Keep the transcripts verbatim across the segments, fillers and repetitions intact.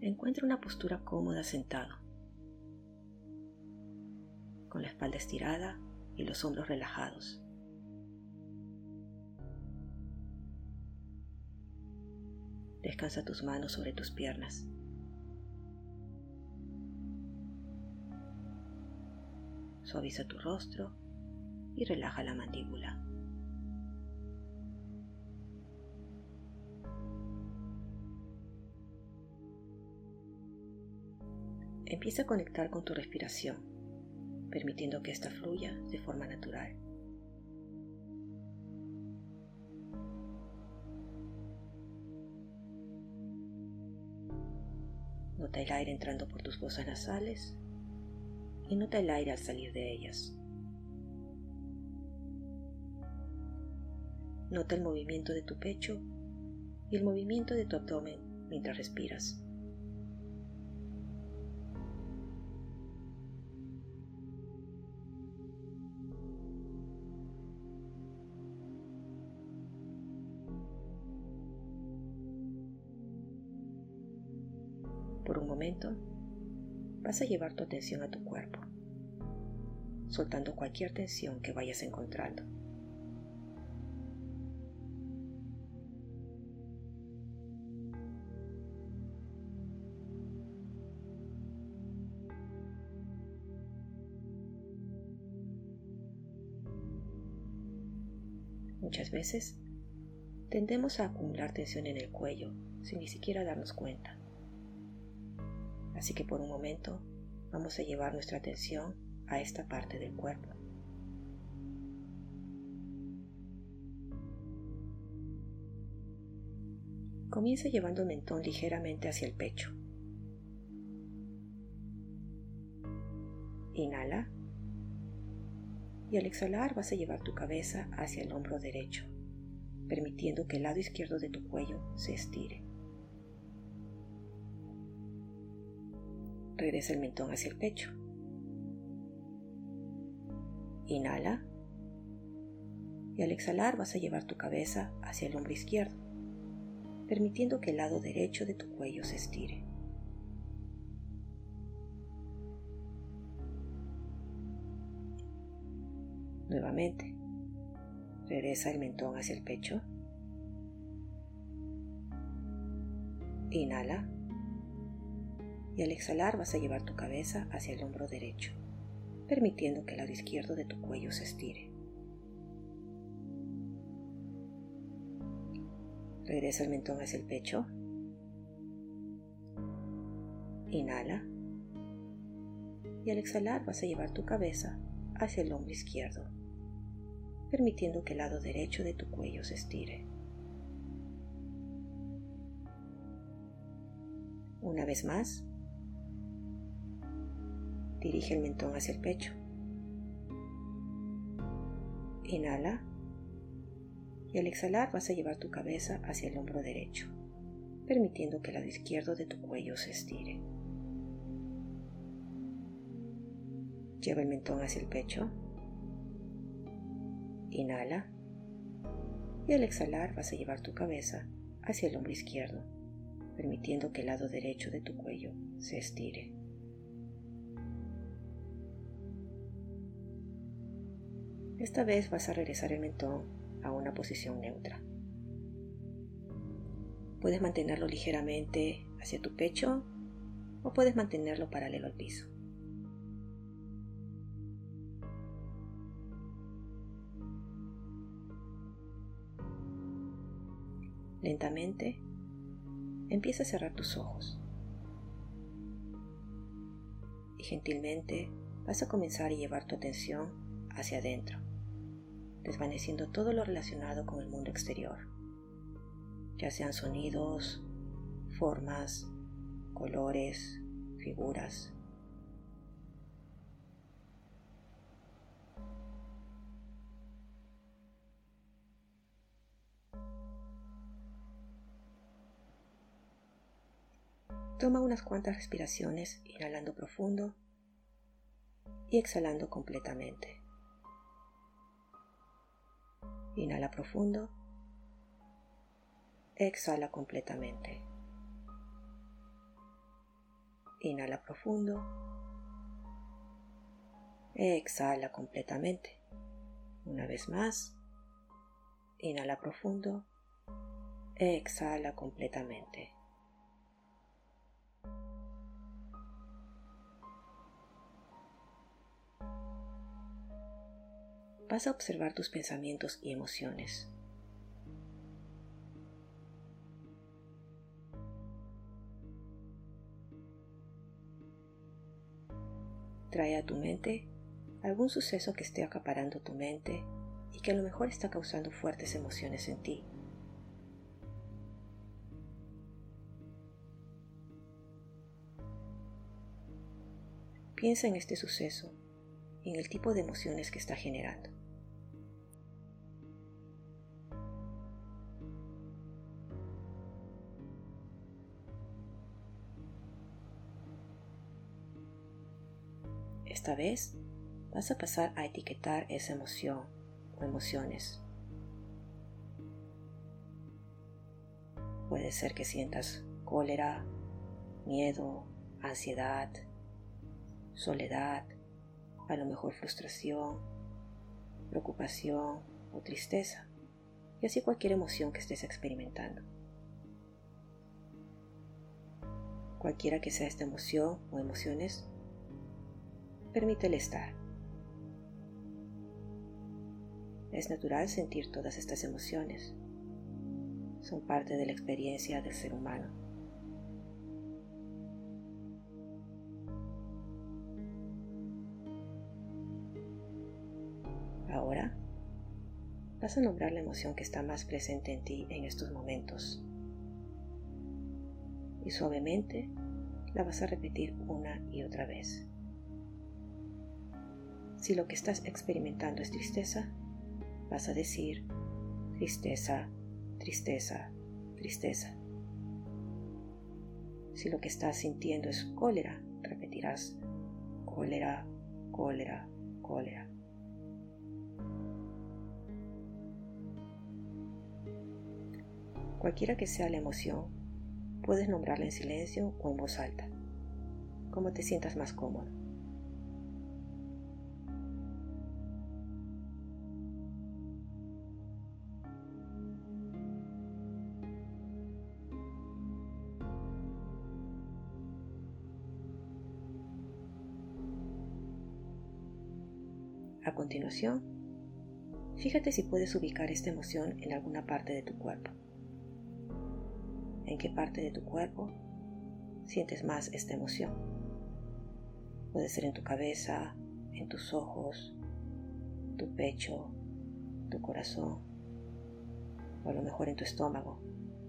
Encuentra una postura cómoda sentado, con la espalda estirada y los hombros relajados. Descansa tus manos sobre tus piernas. Suaviza tu rostro y relaja la mandíbula. Empieza a conectar con tu respiración, permitiendo que ésta fluya de forma natural. Nota el aire entrando por tus fosas nasales y nota el aire al salir de ellas. Nota el movimiento de tu pecho y el movimiento de tu abdomen mientras respiras. Por un momento, vas a llevar tu atención a tu cuerpo, soltando cualquier tensión que vayas encontrando. Muchas veces tendemos a acumular tensión en el cuello sin ni siquiera darnos cuenta. Así que por un momento vamos a llevar nuestra atención a esta parte del cuerpo. Comienza llevando el mentón ligeramente hacia el pecho. Inhala. Y al exhalar vas a llevar tu cabeza hacia el hombro derecho, permitiendo que el lado izquierdo de tu cuello se estire. Regresa el mentón hacia el pecho. Inhala. Y al exhalar vas a llevar tu cabeza hacia el hombro izquierdo, permitiendo que el lado derecho de tu cuello se estire. Nuevamente, regresa el mentón hacia el pecho. Inhala. Y al exhalar vas a llevar tu cabeza hacia el hombro derecho, permitiendo que el lado izquierdo de tu cuello se estire. Regresa el mentón hacia el pecho. Inhala. Y al exhalar vas a llevar tu cabeza hacia el hombro izquierdo, permitiendo que el lado derecho de tu cuello se estire. Una vez más, dirige el mentón hacia el pecho. Inhala. Y al exhalar vas a llevar tu cabeza hacia el hombro derecho, permitiendo que el lado izquierdo de tu cuello se estire. Lleva el mentón hacia el pecho. Inhala. Y al exhalar vas a llevar tu cabeza hacia el hombro izquierdo, permitiendo que el lado derecho de tu cuello se estire. Esta vez vas a regresar el mentón a una posición neutra. Puedes mantenerlo ligeramente hacia tu pecho o puedes mantenerlo paralelo al piso. Lentamente, empieza a cerrar tus ojos y gentilmente vas a comenzar a llevar tu atención hacia adentro, desvaneciendo todo lo relacionado con el mundo exterior, ya sean sonidos, formas, colores, figuras. Toma unas cuantas respiraciones, inhalando profundo y exhalando completamente. Inhala profundo, exhala completamente. Inhala profundo. Exhala completamente. Una vez más. Inhala profundo. Exhala completamente. Vas a observar tus pensamientos y emociones. Trae a tu mente algún suceso que esté acaparando tu mente y que a lo mejor está causando fuertes emociones en ti. Piensa en este suceso y en el tipo de emociones que está generando. Esta vez vas a pasar a etiquetar esa emoción o emociones. Puede ser que sientas cólera, miedo, ansiedad, soledad, a lo mejor frustración, preocupación o tristeza, y así cualquier emoción que estés experimentando. Cualquiera que sea esta emoción o emociones, permítele estar. Es natural sentir todas estas emociones. Son parte de la experiencia del ser humano. Ahora vas a nombrar la emoción que está más presente en ti en estos momentos. Y suavemente la vas a repetir una y otra vez. Si lo que estás experimentando es tristeza, vas a decir tristeza, tristeza, tristeza. Si lo que estás sintiendo es cólera, repetirás cólera, cólera, cólera. Cualquiera que sea la emoción, puedes nombrarla en silencio o en voz alta, como te sientas más cómodo. A continuación, fíjate si puedes ubicar esta emoción en alguna parte de tu cuerpo. ¿En qué parte de tu cuerpo sientes más esta emoción? Puede ser en tu cabeza, en tus ojos, tu pecho, tu corazón, o a lo mejor en tu estómago.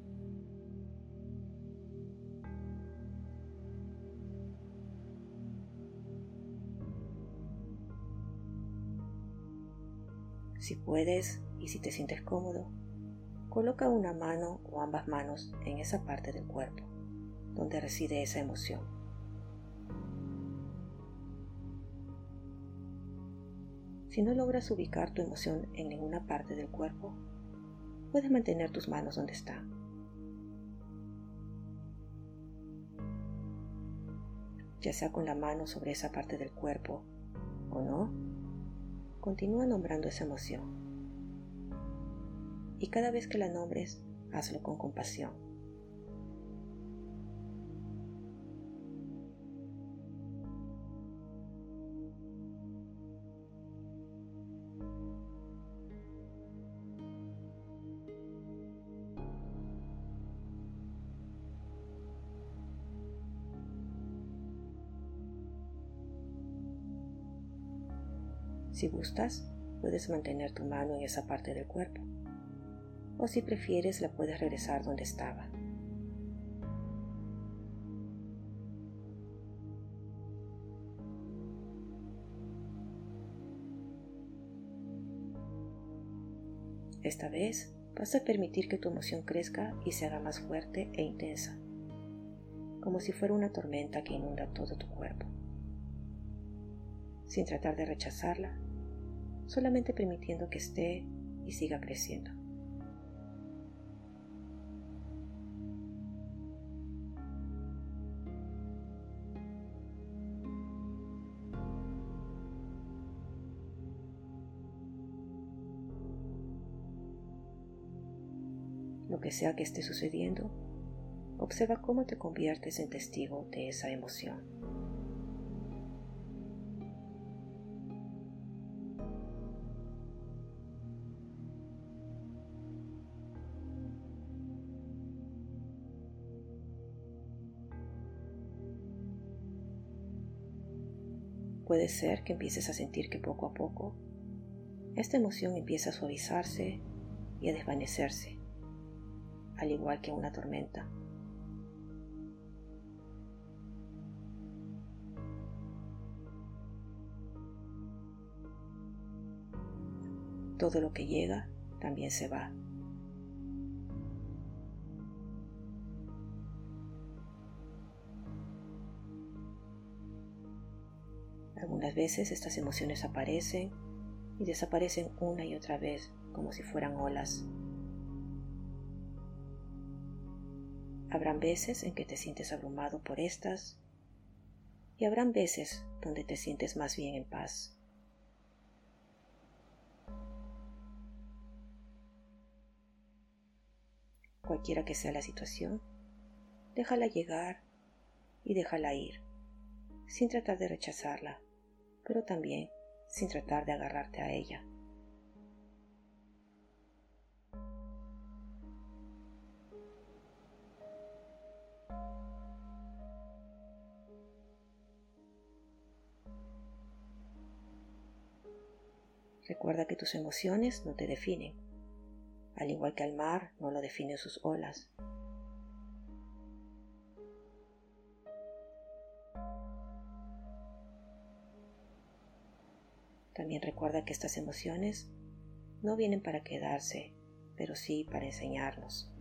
Si puedes y si te sientes cómodo, coloca una mano o ambas manos en esa parte del cuerpo donde reside esa emoción. Si no logras ubicar tu emoción en ninguna parte del cuerpo, puedes mantener tus manos donde están. Ya sea con la mano sobre esa parte del cuerpo o no, continúa nombrando esa emoción. Y cada vez que la nombres, hazlo con compasión. Si gustas, puedes mantener tu mano en esa parte del cuerpo, o si prefieres, la puedes regresar donde estaba. Esta vez vas a permitir que tu emoción crezca y se haga más fuerte e intensa, como si fuera una tormenta que inunda todo tu cuerpo. Sin tratar de rechazarla, solamente permitiendo que esté y siga creciendo. Lo que sea que esté sucediendo, observa cómo te conviertes en testigo de esa emoción. Puede ser que empieces a sentir que poco a poco esta emoción empieza a suavizarse y a desvanecerse, al igual que una tormenta. Todo lo que llega también se va. Algunas veces estas emociones aparecen y desaparecen una y otra vez como si fueran olas. Habrán veces en que te sientes abrumado por estas y habrán veces donde te sientes más bien en paz. Cualquiera que sea la situación, déjala llegar y déjala ir, sin tratar de rechazarla, pero también sin tratar de agarrarte a ella. Recuerda que tus emociones no te definen, al igual que al mar no lo definen sus olas. También recuerda que estas emociones no vienen para quedarse, pero sí para enseñarnos.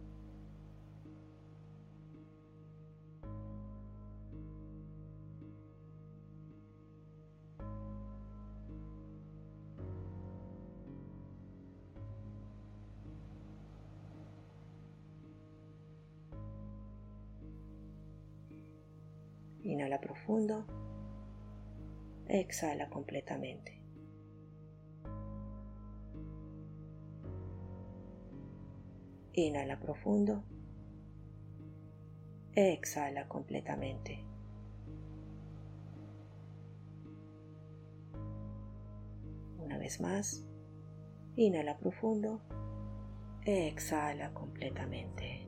Inhala profundo, exhala completamente. Inhala profundo, exhala completamente. Una vez más, inhala profundo, exhala completamente.